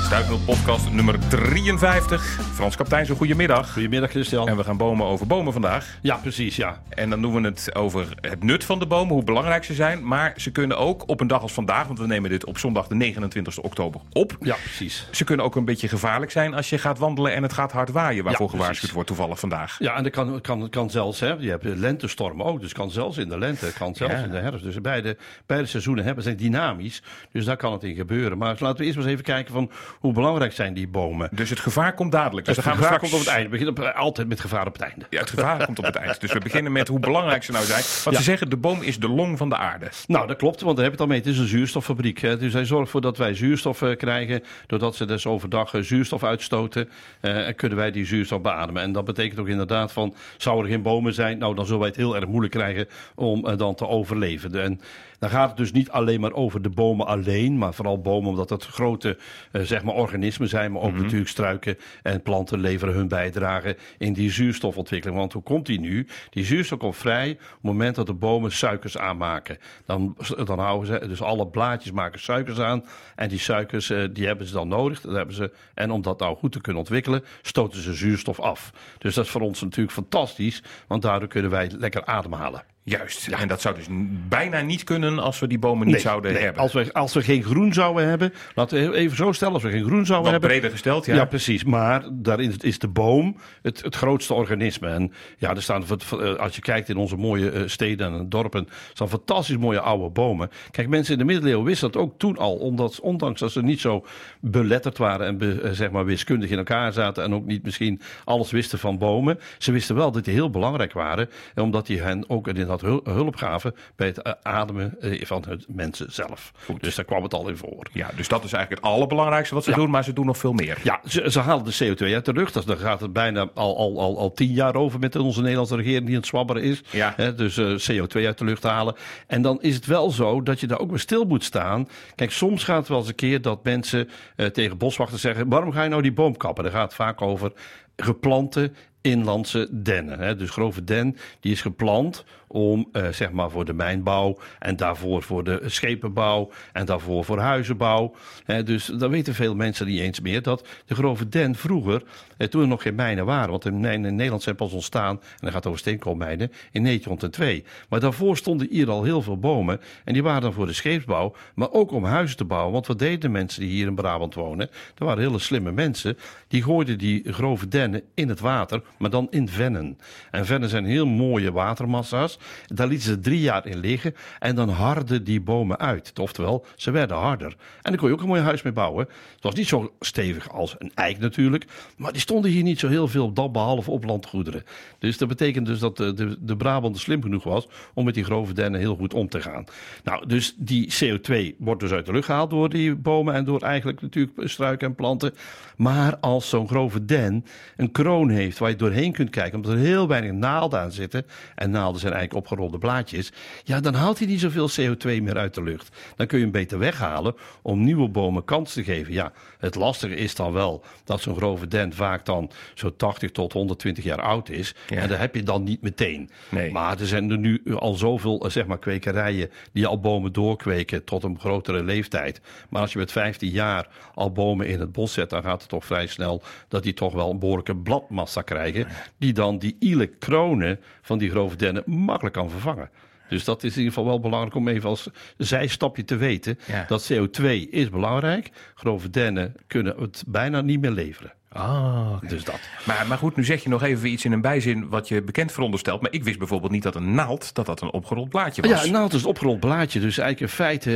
Stuifmeel podcast nummer 53. Frans Kapteins, een goedemiddag. Goedemiddag, Christian. En we gaan bomen over bomen vandaag. Ja, precies, ja. En dan doen we het over het nut van de bomen, hoe belangrijk ze zijn. Maar ze kunnen ook op een dag als vandaag, want we nemen dit op zondag de 29 oktober op. Ja, precies. Ze kunnen ook een beetje gevaarlijk zijn als je gaat wandelen en het gaat hard waaien. Waarvoor gewaarschuwd wordt toevallig vandaag. Ja, en dat kan zelfs, hè, je hebt lentestormen ook. Dus kan zelfs in de lente, kan zelfs in de herfst. Dus beide seizoenen zijn dynamisch. Dus daar kan het in gebeuren. Maar laten we eerst maar eens even kijken van hoe belangrijk zijn die bomen. Dus het gevaar komt dadelijk. Dus het gevaar komt op het einde. We beginnen altijd met gevaar op het einde. Ja, het gevaar komt op het eind. Dus we beginnen met hoe belangrijk ze nou zijn. Want ze zeggen, de boom is de long van de aarde. Nou, dat klopt, want daar heb je het al mee. Het is een zuurstoffabriek. Hè. Dus hij zorgt ervoor dat wij zuurstof krijgen. Doordat ze dus overdag zuurstof uitstoten, kunnen wij die zuurstof beademen. En dat betekent ook inderdaad van, zou er geen bomen zijn, nou dan zullen wij het heel erg moeilijk krijgen om dan te overleven. En dan gaat het dus niet alleen maar over de bomen alleen, maar vooral bomen omdat het grote organismen zijn, maar ook natuurlijk struiken en planten leveren hun bijdrage in die zuurstofontwikkeling. Want hoe komt die nu? Die zuurstof komt vrij op het moment dat de bomen suikers aanmaken. Dan houden ze, dus alle blaadjes maken suikers aan en die suikers die hebben ze dan nodig. En om dat nou goed te kunnen ontwikkelen, stoten ze zuurstof af. Dus dat is voor ons natuurlijk fantastisch, want daardoor kunnen wij lekker ademhalen. Juist, ja. En dat zou dus bijna niet kunnen als we die bomen niet zouden hebben. Als we geen groen zouden hebben, laten we even zo stellen, als we geen groen zouden hebben. Breder gesteld, ja. Ja, precies. Maar daarin is de boom het grootste organisme. En ja, er staan, als je kijkt in onze mooie steden en dorpen, staan fantastisch mooie oude bomen. Kijk, mensen in de middeleeuwen wisten dat ook toen al, ondanks dat ze niet zo beletterd waren en wiskundig in elkaar zaten en ook niet misschien alles wisten van bomen. Ze wisten wel dat die heel belangrijk waren, omdat die hen ook in hulp gaven bij het ademen van het mensen zelf. Goed. Dus daar kwam het al in voor. Ja, dus dat is eigenlijk het allerbelangrijkste wat ze doen, maar ze doen nog veel meer. Ja, ze halen de CO2 uit de lucht. Daar gaat het bijna al 10 jaar over met onze Nederlandse regering die aan het zwabberen is. Ja. Dus CO2 uit de lucht halen. En dan is het wel zo dat je daar ook weer stil moet staan. Kijk, soms gaat het wel eens een keer dat mensen tegen boswachters zeggen, waarom ga je nou die boom kappen? Daar gaat het vaak over geplante inlandse dennen. Hè. Dus grove den, die is geplant om voor de mijnbouw en daarvoor voor de schepenbouw en daarvoor voor huizenbouw. Dus dan weten veel mensen niet eens meer dat de grove den vroeger, toen er nog geen mijnen waren, want de mijnen in Nederland zijn pas ontstaan, en dat gaat over steenkoolmijnen, in 1902. Maar daarvoor stonden hier al heel veel bomen en die waren dan voor de scheepsbouw, maar ook om huizen te bouwen. Want wat deden de mensen die hier in Brabant wonen? Er waren hele slimme mensen, die gooiden die grove dennen in het water, maar dan in vennen. En vennen zijn heel mooie watermassa's. Daar lieten ze 3 jaar in liggen en dan harden die bomen uit. Oftewel, ze werden harder. En daar kon je ook een mooi huis mee bouwen. Het was niet zo stevig als een eik natuurlijk, maar die stonden hier niet zo heel veel op, behalve op landgoederen. Dus dat betekent dus dat de Brabander slim genoeg was om met die grove dennen heel goed om te gaan. Nou, dus die CO2 wordt dus uit de lucht gehaald door die bomen en door eigenlijk natuurlijk struiken en planten. Maar als zo'n grove den een kroon heeft waar je doorheen kunt kijken, omdat er heel weinig naalden aan zitten, en naalden zijn eigenlijk opgerolde blaadjes, ja, dan haalt hij niet zoveel CO2 meer uit de lucht. Dan kun je hem beter weghalen om nieuwe bomen kans te geven. Ja, het lastige is dan wel dat zo'n grove den vaak dan zo 80 tot 120 jaar oud is. Ja. En dat heb je dan niet meteen. Nee. Maar er zijn er nu al zoveel kwekerijen die al bomen doorkweken tot een grotere leeftijd. Maar als je met 15 jaar al bomen in het bos zet, dan gaat het toch vrij snel dat die toch wel een behoorlijke bladmassa krijgen, die dan die iele kronen van die grove dennen makkelijk kan vervangen. Dus dat is in ieder geval wel belangrijk om even als zijstapje te weten. Ja. Dat CO2 is belangrijk. Grove dennen kunnen het bijna niet meer leveren. Okay. Dus dat. Maar goed, nu zeg je nog even iets in een bijzin wat je bekend veronderstelt. Maar ik wist bijvoorbeeld niet dat een naald dat een opgerold blaadje was. Ja, een naald is een opgerold blaadje. Dus eigenlijk in feite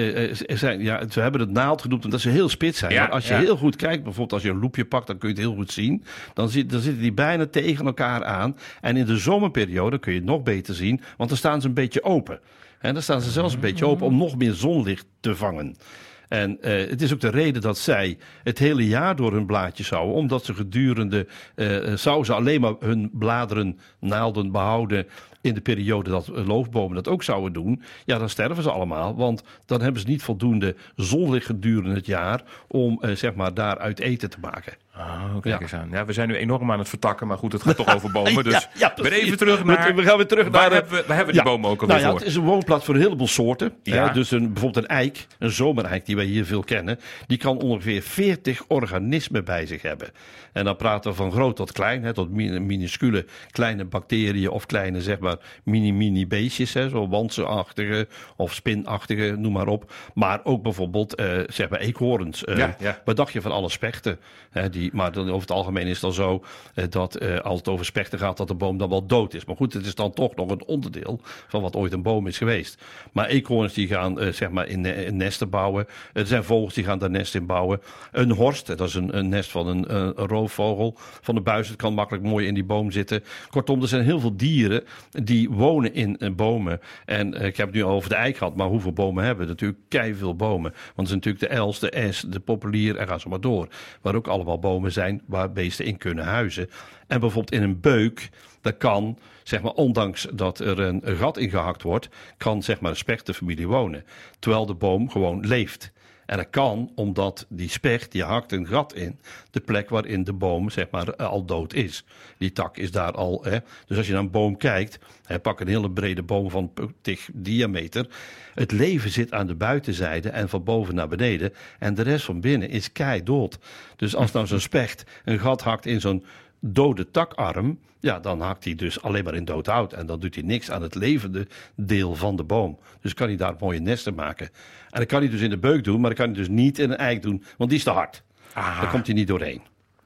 we hebben het naald genoemd omdat ze heel spits zijn. Ja, maar als je heel goed kijkt, bijvoorbeeld als je een loepje pakt, dan kun je het heel goed zien. Dan zitten die bijna tegen elkaar aan. En in de zomerperiode kun je het nog beter zien, want dan staan ze een beetje open. En dan staan ze zelfs een beetje open om nog meer zonlicht te vangen. En het is ook de reden dat zij het hele jaar door hun blaadjes houden. Omdat ze gedurende, zou ze alleen maar hun bladeren, naalden behouden in de periode dat loofbomen dat ook zouden doen. Ja, dan sterven ze allemaal. Want dan hebben ze niet voldoende zonlicht gedurende het jaar om daaruit eten te maken. Oh, kijk eens aan. Ja, we zijn nu enorm aan het vertakken, maar goed, het gaat toch over bomen. Dus weer even terug naar... We gaan weer terug naar... Waar hebben we die bomen ook alweer voor? Het is een woonplaats voor een heleboel soorten. Ja. Dus bijvoorbeeld een eik, een zomereik die wij hier veel kennen, die kan ongeveer 40 organismen bij zich hebben. En dan praten we van groot tot klein, tot minuscule kleine bacteriën of kleine, zeg maar, mini beestjes, zo wansenachtige of spinachtige, noem maar op. Maar ook bijvoorbeeld, zeg maar, eekhoorns. Wat dacht je van alle spechten? Maar dan, over het algemeen is het dan zo dat als het over spechten gaat, dat de boom dan wel dood is. Maar goed, het is dan toch nog een onderdeel van wat ooit een boom is geweest. Maar eekhoorns die gaan zeg maar in nesten bouwen. Er zijn vogels die gaan daar nest in bouwen. Een horst, dat is een nest van een roofvogel. Van de buis, het kan makkelijk mooi in die boom zitten. Kortom, er zijn heel veel dieren die wonen in bomen. En ik heb het nu al over de eik gehad, maar hoeveel bomen hebben we? Natuurlijk keiveel bomen. Want het is natuurlijk de els, de es, de populier en ga zo maar door. Waar ook allemaal bomen zijn waar beesten in kunnen huizen. En bijvoorbeeld in een beuk, dat kan, zeg maar, ondanks dat er een gat ingehakt wordt, kan, zeg maar, een spechtenfamilie wonen. Terwijl de boom gewoon leeft. En dat kan omdat die specht, die hakt een gat in de plek waarin de boom, zeg maar, al dood is. Die tak is daar al. Dus als je naar een boom kijkt, pak een hele brede boom van 10 diameter. Het leven zit aan de buitenzijde en van boven naar beneden. En de rest van binnen is keidood. Dus als nou zo'n specht een gat hakt in zo'n dode takarm, ja, dan hakt hij dus alleen maar in dood hout. En dan doet hij niks aan het levende deel van de boom. Dus kan hij daar mooie nesten maken. En dat kan hij dus in de beuk doen, maar dat kan hij dus niet in een eik doen, want die is te hard. Daar komt hij niet doorheen.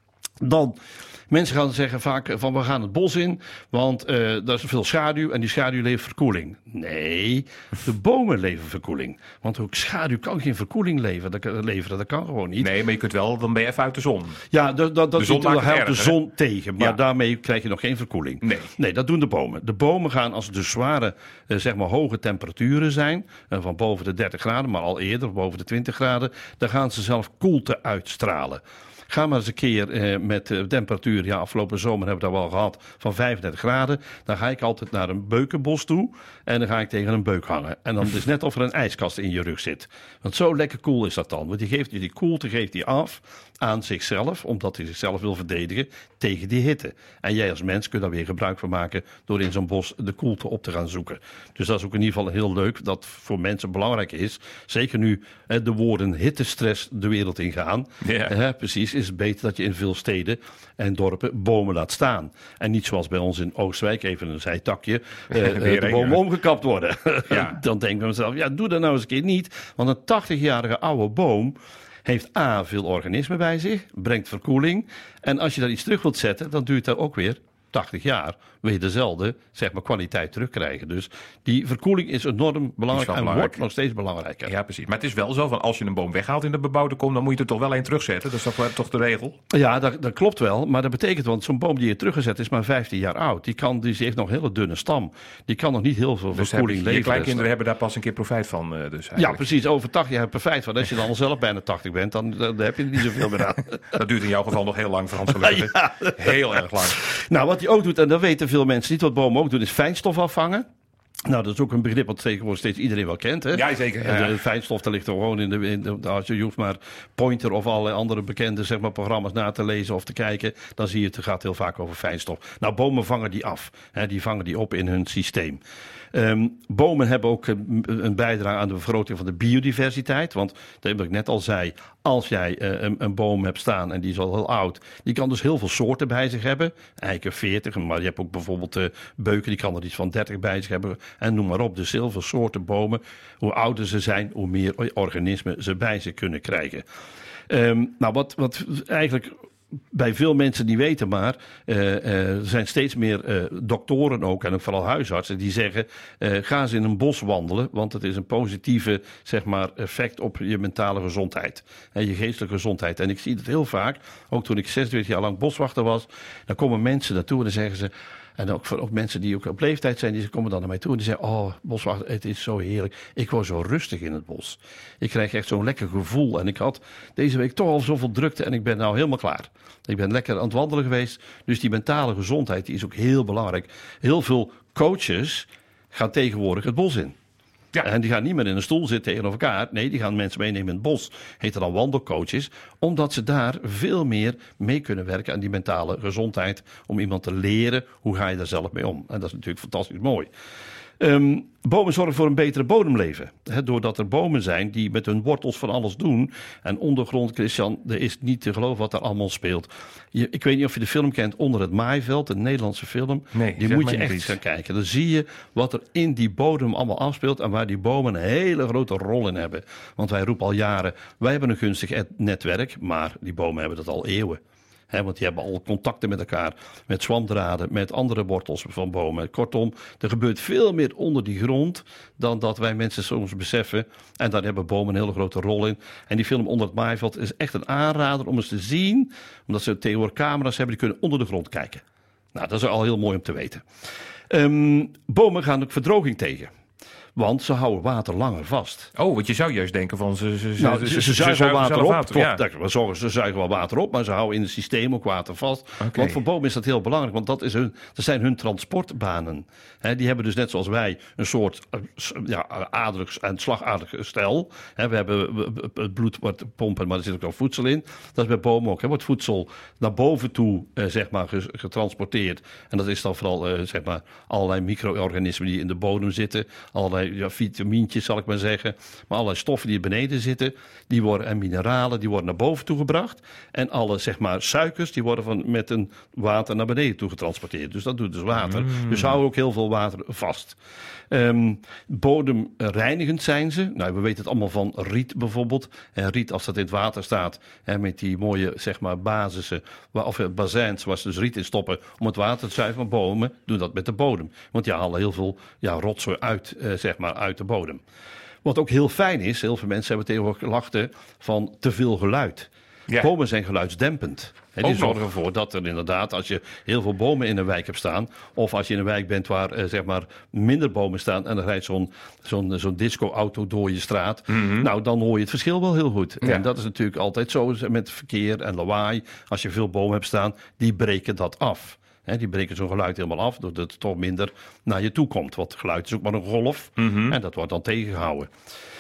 Dan, mensen gaan zeggen vaak van we gaan het bos in, want daar is veel schaduw en die schaduw levert verkoeling. Nee, de bomen leveren verkoeling. Want ook schaduw kan geen verkoeling leveren, dat kan gewoon niet. Nee, maar je kunt wel, dan ben je even uit de zon. Ja, dat helpt de zon tegen, maar daarmee krijg je nog geen verkoeling. Nee, dat doen de bomen. De bomen gaan, als er dus zware, zeg maar hoge temperaturen zijn, van boven de 30 graden, maar al eerder, boven de 20 graden, dan gaan ze zelf koelte uitstralen. Ga maar eens een keer met temperatuur, afgelopen zomer hebben we dat wel gehad, van 35 graden. Dan ga ik altijd naar een beukenbos toe en dan ga ik tegen een beuk hangen. En dan is het net of er een ijskast in je rug zit. Want zo lekker koel is dat dan. Want die koelte geeft hij af aan zichzelf, omdat hij zichzelf wil verdedigen tegen die hitte. En jij als mens kunt daar weer gebruik van maken door in zo'n bos de koelte op te gaan zoeken. Dus dat is ook in ieder geval heel leuk, dat voor mensen belangrijk is. Zeker nu de woorden hittestress de wereld ingaan. Yeah. Precies, is het beter dat je in veel steden en dorpen bomen laat staan. En niet zoals bij ons in Oostwijk, even een zijtakje, de bomen omgekapt worden. Ja. Dan denk ik bij mezelf, doe dat nou eens een keer niet. Want een 80-jarige oude boom heeft veel organismen bij zich, brengt verkoeling. En als je daar iets terug wilt zetten, dan duurt dat ook weer 80 jaar. Wil je dezelfde, zeg maar, kwaliteit terugkrijgen. Dus die verkoeling is enorm belangrijk en wordt nog steeds belangrijker. Ja, precies. Maar het is wel zo, van als je een boom weghaalt in de bebouwde kom, dan moet je er toch wel één terugzetten. Dat is toch de regel? Ja, dat klopt wel. Maar dat betekent, want zo'n boom die je teruggezet is maar 15 jaar oud. Die heeft nog een hele dunne stam. Die kan nog niet heel veel verkoeling leveren. Je kleinkinderen hebben daar pas een keer profijt van. Dus eigenlijk. Ja, precies. Over 80 jaar heb je profijt van. Als je dan al zelf bijna 80 bent, dan heb je er niet zoveel meer aan. Dat duurt in jouw geval nog heel lang, Frans. Ja. Heel erg lang. Nou, wat hij ook doet, en dat weten veel mensen niet, wat bomen ook doen, is fijnstof afvangen. Nou, dat is ook een begrip wat tegenwoordig steeds iedereen wel kent. Hè? Ja, zeker. Ja. De fijnstof, daar ligt er gewoon als je hoeft maar Pointer of alle andere bekende, zeg maar, programma's na te lezen of te kijken, dan zie je het gaat heel vaak over fijnstof. Nou, bomen vangen die af. Die vangen die op in hun systeem. Bomen hebben ook een bijdrage aan de vergroting van de biodiversiteit. Want, wat ik net al zei, als jij een boom hebt staan en die is al heel oud, die kan dus heel veel soorten bij zich hebben. Eiken 40, maar je hebt ook bijvoorbeeld beuken, die kan er iets van 30 bij zich hebben. En noem maar op, dus heel veel soorten bomen. Hoe ouder ze zijn, hoe meer organismen ze bij zich kunnen krijgen. Nou, wat eigenlijk bij veel mensen niet weten, maar er zijn steeds meer doktoren ook en ook vooral huisartsen die zeggen, ga eens in een bos wandelen, want het is een positieve, zeg maar, effect op je mentale gezondheid en je geestelijke gezondheid. En ik zie het heel vaak, ook toen ik 26 jaar lang boswachter was, dan komen mensen naartoe en dan zeggen ze, en ook mensen die ook op leeftijd zijn, die komen dan naar mij toe en die zeggen, oh, boswachter, het is zo heerlijk. Ik word zo rustig in het bos. Ik krijg echt zo'n lekker gevoel. En ik had deze week toch al zoveel drukte en ik ben nou helemaal klaar. Ik ben lekker aan het wandelen geweest. Dus die mentale gezondheid die is ook heel belangrijk. Heel veel coaches gaan tegenwoordig het bos in. Ja. En die gaan niet meer in een stoel zitten tegenover elkaar. Nee, die gaan mensen meenemen in het bos. Heten dan wandelcoaches. Omdat ze daar veel meer mee kunnen werken aan die mentale gezondheid. Om iemand te leren hoe ga je daar zelf mee om. En dat is natuurlijk fantastisch mooi. Bomen zorgen voor een betere bodemleven. Doordat er bomen zijn die met hun wortels van alles doen. En ondergrond, Christian, er is niet te geloven wat daar allemaal speelt. Ik weet niet of je de film kent, Onder het maaiveld, een Nederlandse film. Nee, die moet je echt gaan kijken. Dan zie je wat er in die bodem allemaal afspeelt. En waar die bomen een hele grote rol in hebben. Want wij roepen al jaren, wij hebben een gunstig netwerk. Maar die bomen hebben dat al eeuwen. Want die hebben al contacten met elkaar, met zwamdraden, met andere wortels van bomen. Kortom, er gebeurt veel meer onder die grond dan dat wij mensen soms beseffen. En daar hebben bomen een hele grote rol in. En die film Onder het maaiveld is echt een aanrader om eens te zien. Omdat ze tegenwoordig camera's hebben, die kunnen onder de grond kijken. Nou, dat is al heel mooi om te weten. Bomen gaan ook verdroging tegen. Want ze houden water langer vast. Oh, want je zou juist denken van ze zuigen wel water op. Water, ja. Ze zuigen wel water op, maar ze houden in het systeem ook water vast. Okay. Want voor bomen is dat heel belangrijk, want dat zijn hun transportbanen. Die hebben dus net zoals wij een soort aders- en slagadergestel. We hebben het bloed wordt pompen, maar er zit ook wel voedsel in. Dat is bij bomen ook. Wordt voedsel naar boven toe getransporteerd. En dat is dan vooral allerlei micro-organismen die in de bodem zitten. Allerlei vitamintjes, zal ik maar zeggen. Maar allerlei stoffen die beneden zitten, en mineralen, die worden naar boven toe gebracht. En alle, suikers, die worden met een water naar beneden toe getransporteerd. Dus dat doet dus water. Dus houden ook heel veel water vast. Bodemreinigend zijn ze. Nou, we weten het allemaal van riet bijvoorbeeld. Riet, als dat in het water staat, met die mooie, basissen, of bazijns, waar ze dus riet in stoppen om het water te zuiveren. Bomen doen dat met de bodem. Want die halen heel veel rotzooi uit, uit de bodem. Wat ook heel fijn is, heel veel mensen hebben tegenwoordig klachten van te veel geluid. Ja. Bomen zijn geluidsdempend. Die zorgen ervoor dat er inderdaad, als je heel veel bomen in een wijk hebt staan, of als je in een wijk bent waar minder bomen staan en er rijdt zo'n disco-auto door je straat, nou, dan hoor je het verschil wel heel goed. Ja. En dat is natuurlijk altijd zo met verkeer en lawaai. Als je veel bomen hebt staan, die breken dat af. Die breken zo'n geluid helemaal af, doordat het toch minder naar je toe komt. Want geluid is ook maar een golf en dat wordt dan tegengehouden.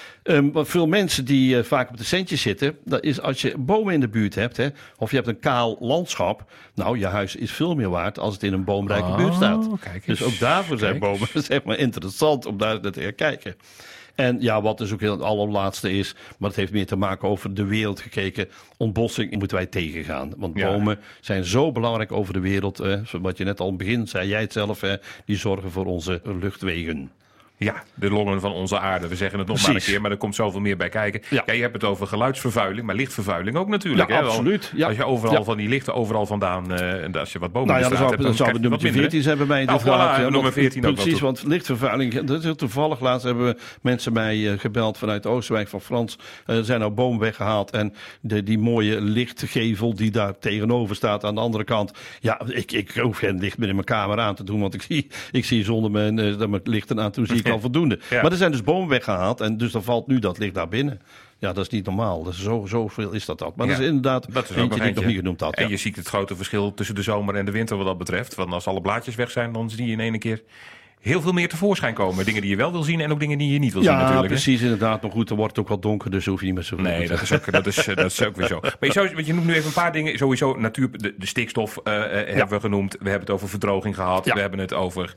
Wat veel mensen die vaak op de centjes zitten, dat is als je bomen in de buurt hebt, of je hebt een kaal landschap, nou, je huis is veel meer waard als het in een boomrijke buurt staat. Dus ook daarvoor zijn bomen interessant om daar naar te gaan kijken. En ja, wat dus ook heel het allerlaatste is, maar het heeft meer te maken over de wereld gekeken. Ontbossing moeten wij tegengaan. Want bomen zijn zo belangrijk over de wereld. Wat je net al in het begin zei, jij het zelf, die zorgen voor onze luchtwegen. Ja, de longen van onze aarde. We zeggen het nog maar een keer, maar er komt zoveel meer bij kijken. Ja, je hebt het over geluidsvervuiling, maar lichtvervuiling ook natuurlijk. Ja, absoluut. Als je overal van die lichten overal vandaan, als je wat bomen hebt, dan zou we nummer 14 hebben bij de vraag. Nummer 14 ook. Precies, want lichtvervuiling, dat is heel toevallig. Laatst hebben mensen mij gebeld vanuit Oosterwijk van Frans. Er zijn nou bomen weggehaald en die mooie lichtgevel die daar tegenover staat aan de andere kant. Ja, ik hoef geen licht meer in mijn kamer aan te doen, want ik zie zonder mijn lichten aan toe zie ik al voldoende. Ja. Maar er zijn dus bomen weggehaald en dus dan valt nu dat licht daar binnen. Ja, dat is niet normaal. Dat is zoveel is dat. Maar dat is inderdaad eentje die ik nog niet genoemd had. En je ziet het grote verschil tussen de zomer en de winter wat dat betreft. Want als alle blaadjes weg zijn, dan zie je in één keer heel veel meer tevoorschijn komen. Dingen die je wel wil zien en ook dingen die je niet wil zien natuurlijk. Ja, precies, inderdaad. Maar goed, dan wordt het ook wel donker, dus hoef je niet meer zoveel te dat is ook weer zo. Maar je noemt nu even een paar dingen. Sowieso natuur, de stikstof hebben we genoemd. We hebben het over verdroging gehad. Ja. We hebben het over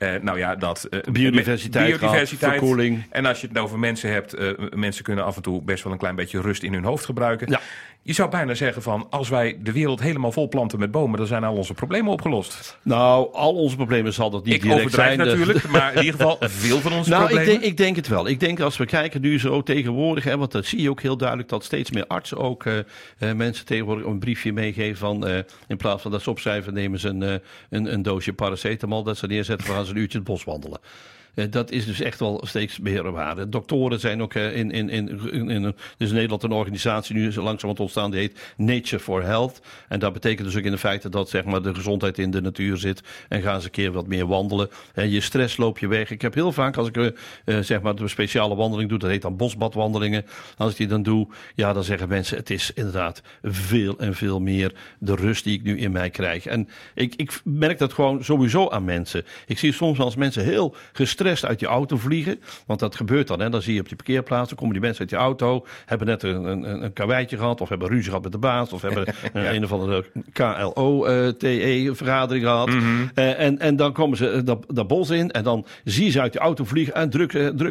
biodiversiteit, verkoeling. En als je het over mensen hebt, mensen kunnen af en toe best wel een klein beetje rust in hun hoofd gebruiken. Ja. Je zou bijna zeggen van, als wij de wereld helemaal vol planten met bomen, dan zijn al onze problemen opgelost. Nou, al onze problemen zal dat niet direct zijn. Natuurlijk, maar in ieder geval veel van onze problemen. Ik denk het wel. Ik denk als we kijken nu zo tegenwoordig, want dan zie je ook heel duidelijk dat steeds meer artsen ook mensen tegenwoordig een briefje meegeven van, in plaats van dat ze opschrijven, nemen ze een doosje paracetamol, dat ze neerzetten, we gaan ze een uurtje het bos wandelen. Dat is dus echt wel steeds meer waar. Doktoren zijn ook dus in Nederland een organisatie nu langzaam ontstaan, die heet Nature for Health. En dat betekent dus ook in de feite dat de gezondheid in de natuur zit. En gaan ze een keer wat meer wandelen. En je stress loop je weg. Ik heb heel vaak, als ik de speciale wandeling doe, dat heet dan bosbadwandelingen. Als ik die dan doe, dan zeggen mensen, het is inderdaad veel en veel meer de rust die ik nu in mij krijg. En ik merk dat gewoon sowieso aan mensen. Ik zie soms als mensen heel gestrest rest uit je auto vliegen. Want dat gebeurt dan. Hè? Dan zie je op die parkeerplaats, dan komen die mensen uit je auto, hebben net een karweitje gehad, of hebben ruzie gehad met de baas, of hebben een of andere KLO-TE-vergadering gehad. Mm-hmm. En dan komen ze dat bos in en dan zie je ze uit de auto vliegen en druk.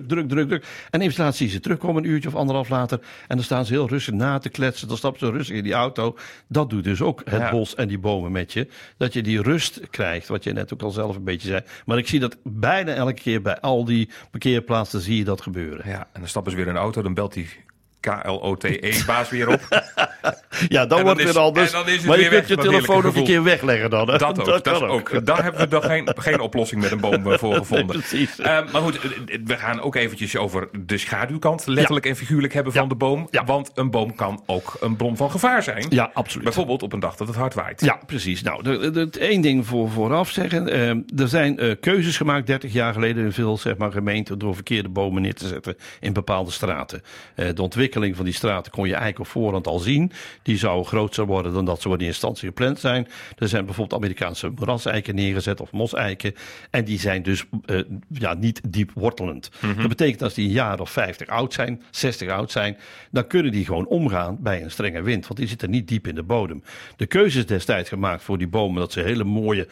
En even later zie je ze terugkomen, een uurtje of anderhalf later. En dan staan ze heel rustig na te kletsen. Dan stappen ze rustig in die auto. Dat doet dus ook het bos en die bomen met je. Dat je die rust krijgt, wat je net ook al zelf een beetje zei. Maar ik zie dat bijna elke keer bij al die parkeerplaatsen zie je dat gebeuren. Ja, en dan stappen ze weer in de auto, dan belt die KLOTE-baas weer op. Ja, dan wordt het weer anders. Maar je kunt je telefoon ook een keer wegleggen dan. Hè? Dat kan ook. Daar hebben we dan geen oplossing met een boom voor gevonden. Nee, maar goed, we gaan ook eventjes over de schaduwkant, letterlijk en figuurlijk hebben van de boom. Ja. Want een boom kan ook een bron van gevaar zijn. Ja, absoluut. Bijvoorbeeld op een dag dat het hard waait. Ja, precies. Nou, één ding vooraf zeggen. Er zijn keuzes gemaakt 30 jaar geleden in veel gemeenten door verkeerde bomen neer te zetten in bepaalde straten. De ontwikkeling van die straten kon je eigenlijk op voorhand al zien. Die zou groter worden dan dat ze in instantie gepland zijn. Er zijn bijvoorbeeld Amerikaanse moeraseiken neergezet of moseiken. En die zijn dus niet diep wortelend. Mm-hmm. Dat betekent als die een jaar of 50 oud zijn, 60 oud zijn, dan kunnen die gewoon omgaan bij een strenge wind. Want die zitten niet diep in de bodem. De keuze is destijds gemaakt voor die bomen dat ze hele mooie,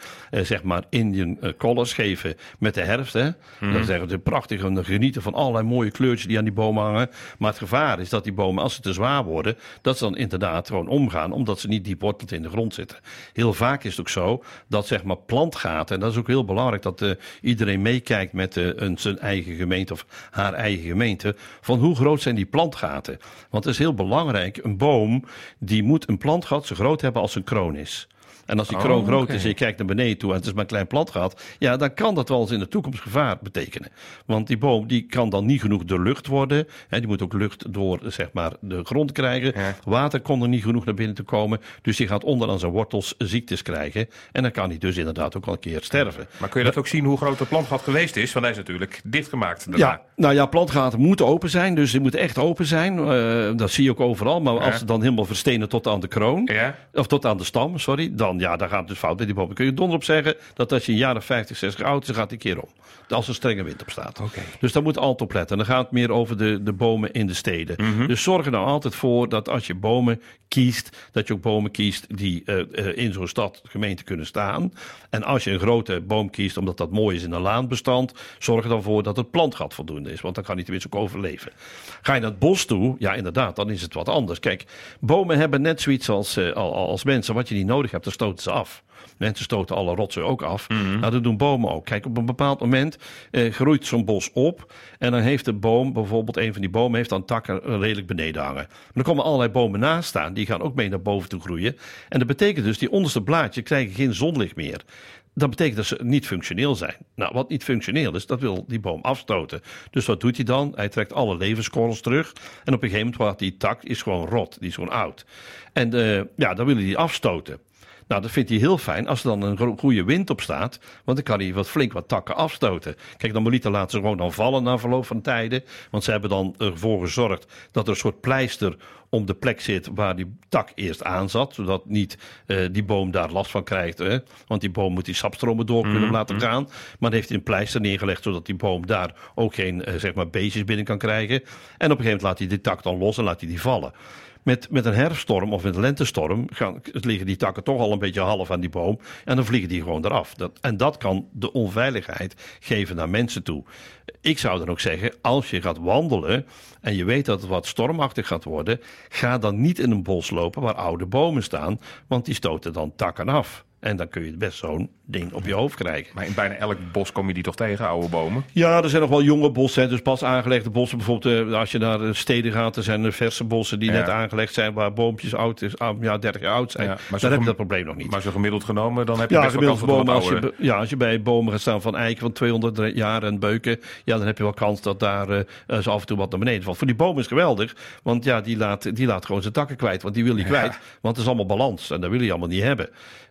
Indian colors geven met de herfst. Hè. Mm-hmm. Dan zeggen ze prachtig en genieten van allerlei mooie kleurtjes die aan die bomen hangen. Maar het gevaar is dat die bomen, als ze te zwaar worden, dat ze dan inderdaad gewoon omgaan, omdat ze niet diep wortelend in de grond zitten. Heel vaak is het ook zo dat plantgaten, en dat is ook heel belangrijk dat iedereen meekijkt met zijn eigen gemeente of haar eigen gemeente, van hoe groot zijn die plantgaten. Want het is heel belangrijk, een boom die moet een plantgat zo groot hebben als een kroon is. En als die kroon groot is en je kijkt naar beneden toe en het is maar een klein plantgat, ja, dan kan dat wel eens in de toekomst gevaar betekenen. Want die boom die kan dan niet genoeg doorlucht worden. Hè, die moet ook lucht door de grond krijgen. Ja. Water kon er niet genoeg naar binnen te komen. Dus die gaat onder aan zijn wortels ziektes krijgen. En dan kan hij dus inderdaad ook al een keer sterven. Maar kun je dat ook zien hoe groot het plantgat geweest is? Want hij is natuurlijk dichtgemaakt daarna. Ja, nou ja, plantgaten moeten open zijn. Dus die moeten echt open zijn. Dat zie je ook overal. Maar als ze dan helemaal verstenen tot aan de kroon, of tot aan de stam, dan gaat het dus fout met die boom. Dan kun je donder op zeggen dat als je een jaar of 50, 60 oud is, dan gaat die keer om. Als er strenge wind op staat. Okay. Dus daar moet je altijd op letten. En dan gaat het meer over de bomen in de steden. Mm-hmm. Dus zorg er nou altijd voor dat als je bomen kiest, dat je ook bomen kiest die in zo'n stad, gemeente kunnen staan. En als je een grote boom kiest, omdat dat mooi is in een laanbestand, zorg er dan voor dat het plantgat voldoende is. Want dan kan hij tenminste ook overleven. Ga je naar het bos toe, ja inderdaad, dan is het wat anders. Kijk, bomen hebben net zoiets als mensen. Wat je niet nodig hebt, dan stoten ze af. Mensen stoten alle rotzooi ook af. Mm-hmm. Nou, dat doen bomen ook. Kijk, op een bepaald moment groeit zo'n bos op. En dan heeft de boom, bijvoorbeeld een van die bomen, heeft dan takken redelijk beneden hangen. Maar er komen allerlei bomen naast staan. Die gaan ook mee naar boven toe groeien. En dat betekent dus, die onderste blaadjes krijgen geen zonlicht meer. Dat betekent dat ze niet functioneel zijn. Nou, wat niet functioneel is, dat wil die boom afstoten. Dus wat doet hij dan? Hij trekt alle levenskorrels terug. En op een gegeven moment wordt die tak is gewoon rot. Die is gewoon oud. En dan wil hij die afstoten. Nou, dat vindt hij heel fijn als er dan een goede wind op staat. Want dan kan hij flink wat takken afstoten. Kijk, dan Melita laten ze gewoon dan vallen na verloop van tijden. Want ze hebben dan ervoor gezorgd dat er een soort pleister om de plek zit waar die tak eerst aan zat. Zodat niet die boom daar last van krijgt. Hè? Want die boom moet die sapstromen door kunnen laten gaan. Maar dan heeft hij een pleister neergelegd zodat die boom daar ook geen beestjes binnen kan krijgen. En op een gegeven moment laat hij die tak dan los en laat hij die vallen. Met een herfststorm of met een lentestorm liggen die takken toch al een beetje half aan die boom. En dan vliegen die gewoon eraf. Dat kan de onveiligheid geven naar mensen toe. Ik zou dan ook zeggen, als je gaat wandelen en je weet dat het wat stormachtig gaat worden, ga dan niet in een bos lopen waar oude bomen staan, want die stoten dan takken af. En dan kun je best zo'n ding op je hoofd krijgen. Maar in bijna elk bos kom je die toch tegen, oude bomen? Ja, er zijn nog wel jonge bossen. Dus pas aangelegde bossen. Bijvoorbeeld als je naar steden gaat, er zijn verse bossen die net aangelegd zijn, waar boompjes oud is, 30 jaar oud zijn. Ja, maar dan heb je dat probleem nog niet. Maar zo gemiddeld genomen, dan heb je best wel kans dat het wat als je bij bomen gaat staan van eiken van 200 jaar en beuken, ja, dan heb je wel kans dat daar zo af en toe wat naar beneden valt. Voor die boom is geweldig, want ja, die laat gewoon zijn takken kwijt. Want die wil hij kwijt, want het is allemaal balans. En dat wil hij allemaal niet hebben. En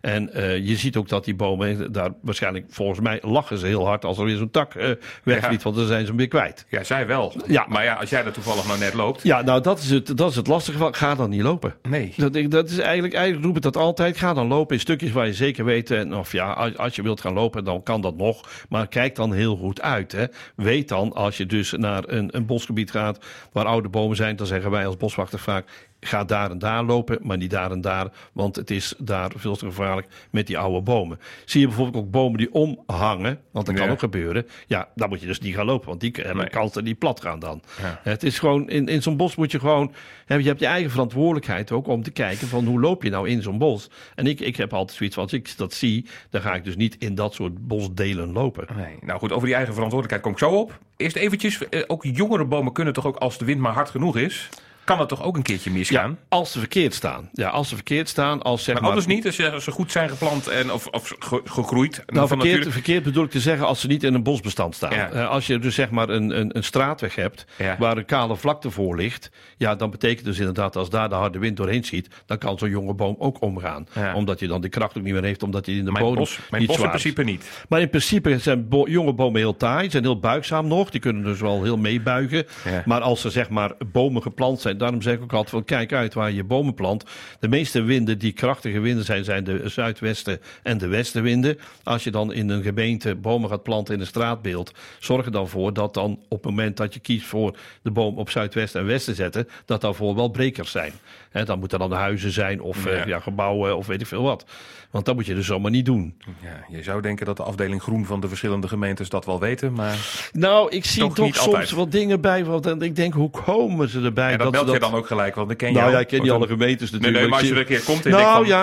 je ziet ook dat die bomen, daar waarschijnlijk volgens mij lachen ze heel hard als er weer zo'n tak wegvliegt, want dan zijn ze hem weer kwijt. Ja, zij wel. Ja. Maar ja, als jij er toevallig nou net loopt. Ja, nou dat is het lastige. Ga dan niet lopen. Nee. Dat is eigenlijk roep ik dat altijd. Ga dan lopen in stukjes waar je zeker weet. Of ja, als je wilt gaan lopen, dan kan dat nog. Maar kijk dan heel goed uit. Hè. Weet dan, als je dus naar een bosgebied gaat waar oude bomen zijn, dan zeggen wij als boswachter vaak, ga daar en daar lopen, maar niet daar en daar, want het is daar veel te gevaarlijk met die oude bomen. Zie je bijvoorbeeld ook bomen die omhangen, want dat kan ook gebeuren. Ja, dan moet je dus niet gaan lopen, want die hebben kans dat die plat gaan dan. Ja. Het is gewoon, in zo'n bos moet je gewoon, je hebt je eigen verantwoordelijkheid ook om te kijken van hoe loop je nou in zo'n bos. En ik heb altijd zoiets van, als ik dat zie, dan ga ik dus niet in dat soort bosdelen lopen. Nee. Nou goed, over die eigen verantwoordelijkheid kom ik zo op. Eerst eventjes, ook jongere bomen kunnen toch ook, als de wind maar hard genoeg is, kan het toch ook een keertje misgaan? Ja, als ze verkeerd staan. Ja, als ze verkeerd staan. Als, zeg maar anders niet, als ze goed zijn geplant of gegroeid. Nou, verkeerd bedoel ik te zeggen als ze niet in een bosbestand staan. Ja. Als je dus zeg maar een straatweg hebt waar een kale vlakte voor ligt, ja, dan betekent dus inderdaad als daar de harde wind doorheen schiet, dan kan zo'n jonge boom ook omgaan. Ja. Omdat je dan de kracht ook niet meer heeft, omdat hij in de bodem niet zwaar is. In principe niet. Maar in principe zijn jonge bomen heel taai, zijn heel buigzaam nog. Die kunnen dus wel heel meebuigen. Ja. Maar als er zeg maar bomen geplant zijn, daarom zeg ik ook altijd van kijk uit waar je bomen plant. De meeste winden die krachtige winden zijn de zuidwesten en de westenwinden. Als je dan in een gemeente bomen gaat planten in een straatbeeld, zorg er dan voor dat dan op het moment dat je kiest voor de boom op zuidwesten en westen zetten, dat daarvoor wel brekers zijn. Dan moeten dan huizen zijn of gebouwen of weet ik veel wat. Want dat moet je dus zomaar niet doen. Ja, je zou denken dat de afdeling groen van de verschillende gemeentes dat wel weten, maar nou, ik zie toch soms wat dingen bij, want ik denk, hoe komen ze erbij? En dat meld je dan ook gelijk, want ik ken jou. Nou ja, ik ken niet alle gemeentes natuurlijk. Nee, maar als je er een keer komt...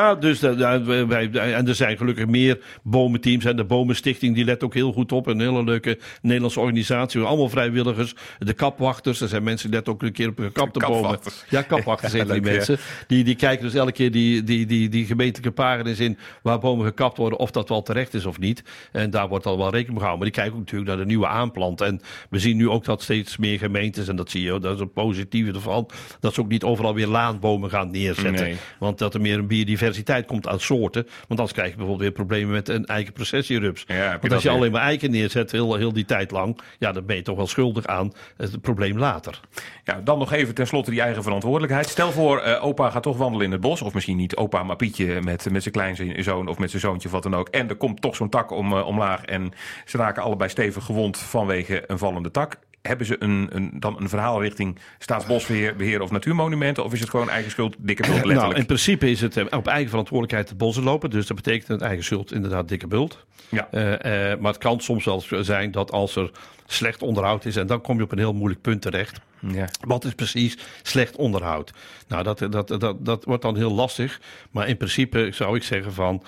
en er zijn gelukkig meer bomenteams en de Bomenstichting, die let ook heel goed op. Een hele leuke Nederlandse organisatie, allemaal vrijwilligers. De kapwachters, er zijn mensen die letten ook een keer op gekapte bomen. Ja, kapwachters heten die mensen. Die kijken dus elke keer die gemeentelijke pagina's in waar bomen gekapt worden, of dat wel terecht is of niet. En daar wordt al wel rekening mee gehouden. Maar die kijken ook natuurlijk naar de nieuwe aanplant. En we zien nu ook dat steeds meer gemeentes, en dat zie je, dat is een positieve ervan, dat ze ook niet overal weer laanbomen gaan neerzetten. Nee. Want dat er meer een biodiversiteit komt aan soorten. Want anders krijg je bijvoorbeeld weer problemen met een eikenprocessierups. Ja, want als je alleen maar eiken neerzet heel die tijd lang, ja, dan ben je toch wel schuldig aan het probleem later. Ja, dan nog even tenslotte die eigen verantwoordelijkheid. Stel voor, opa gaat toch wandelen in het bos. Of misschien niet opa, maar Pietje met zijn kleinzoon of met zijn zoontje of wat dan ook. En er komt toch zo'n tak omlaag en ze raken allebei stevig gewond vanwege een vallende tak. Hebben ze dan een verhaal richting Staatsbosbeheer of Natuurmonumenten? Of is het gewoon eigen schuld, dikke bult, letterlijk? Nou, in principe is het op eigen verantwoordelijkheid de bossen lopen. Dus dat betekent het eigen schuld inderdaad dikke bult. Ja. Maar het kan soms wel zijn dat als er slecht onderhoud is, en dan kom je op een heel moeilijk punt terecht. Ja. Wat is precies slecht onderhoud? Nou, dat wordt dan heel lastig. Maar in principe zou ik zeggen van,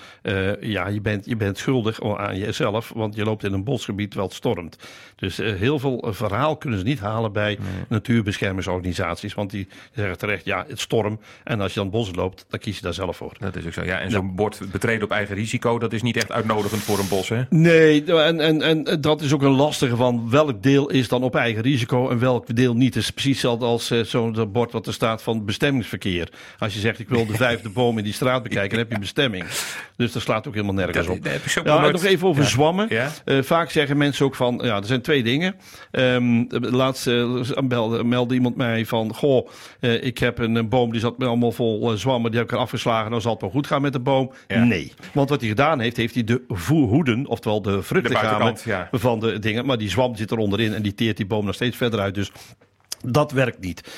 je bent schuldig aan jezelf, want je loopt in een bosgebied terwijl het stormt. Dus heel veel verhaal kunnen ze niet halen bij natuurbeschermingsorganisaties, want die zeggen terecht, ja, het storm. En als je dan bos loopt, dan kies je daar zelf voor. Dat is ook zo. Ja, en zo'n bord betreden op eigen risico, dat is niet echt uitnodigend voor een bos, hè? Nee, en dat is ook een lastige van welk deel is dan op eigen risico en welk deel niet. Het is precies hetzelfde als zo'n bord wat er staat van bestemmingsverkeer. Als je zegt, ik wil de 5e boom in die straat bekijken, dan heb je bestemming. Dus dat slaat ook helemaal nergens op. Nog even over zwammen. Ja? Vaak zeggen mensen ook van, er zijn 2 dingen. Laatst meldde iemand mij van, ik heb een boom die zat allemaal vol zwammen, die heb ik er afgeslagen, dan zal het wel goed gaan met de boom. Ja. Nee. Want wat hij gedaan heeft hij de hoeden, oftewel de vruchtengamen van de dingen, maar die zwam zit er onderin en die teert die boom nog steeds verder uit. Dus dat werkt niet.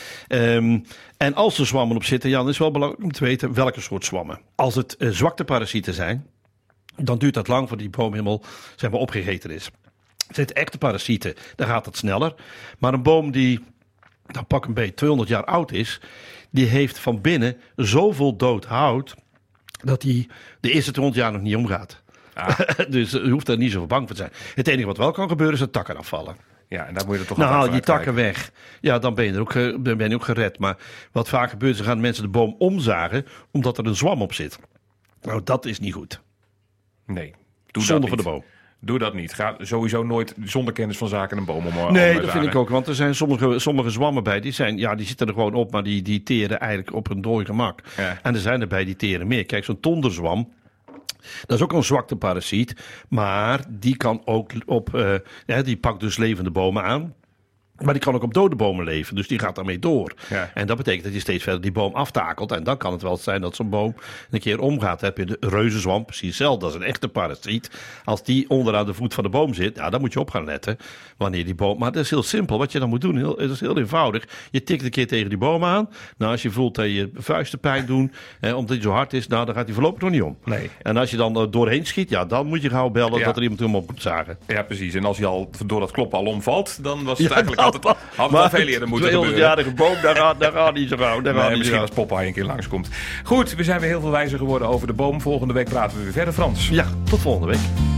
En als er zwammen op zitten, dan is het wel belangrijk om te weten welke soort zwammen. Als het zwakteparasieten zijn, dan duurt dat lang voordat die boom helemaal opgegeten is. Zijn het echte parasieten, dan gaat het sneller. Maar een boom die, dan pak een beetje 200 jaar oud is, die heeft van binnen zoveel dood hout dat hij de eerste 200 jaar nog niet omgaat. Ah. Dus je hoeft daar niet zo bang voor te zijn. Het enige wat wel kan gebeuren is dat takken afvallen. Ja, en daar moet je er toch haal je die takken weg. Ja, dan ben je ook gered. Maar wat vaak gebeurt, dan gaan mensen de boom omzagen omdat er een zwam op zit. Nou, dat is niet goed. Nee, zonde voor de boom. Doe dat niet. Ga sowieso nooit zonder kennis van zaken een boom omzagen. Nee, dat vind ik ook. Want er zijn sommige zwammen bij. Die zitten er gewoon op, maar die teren eigenlijk op een dooi gemak. Ja. En er zijn er bij die teren meer. Kijk, zo'n tonderzwam. Dat is ook een zwakteparasiet, maar die kan ook die pakt dus levende bomen aan. Maar die kan ook op dode bomen leven, dus die gaat daarmee door. Ja. En dat betekent dat je steeds verder die boom aftakelt. En dan kan het wel zijn dat zo'n boom een keer omgaat. Dan heb je de reuzenzwam, precies hetzelfde. Dat is een echte parasiet. Als die onderaan de voet van de boom zit, dan moet je op gaan letten wanneer die boom... Maar dat is heel simpel. Wat je dan moet doen, het is heel eenvoudig. Je tikt een keer tegen die boom aan. Nou, als je voelt dat je vuisten pijn doen, omdat hij zo hard is, dan gaat hij voorlopig nog niet om. Nee. En als je dan doorheen schiet, dan moet je gauw bellen dat er iemand hem op moet zagen. Ja, precies. En als hij al door dat kloppen al omvalt, dan was het eigenlijk had wel veel eerder moeten gebeuren. 200-jarige boom, daar gaat niet zo gauw. Misschien als Popeye een keer langskomt. Goed, we zijn weer heel veel wijzer geworden over de boom. Volgende week praten we weer verder, Frans. Ja, tot volgende week.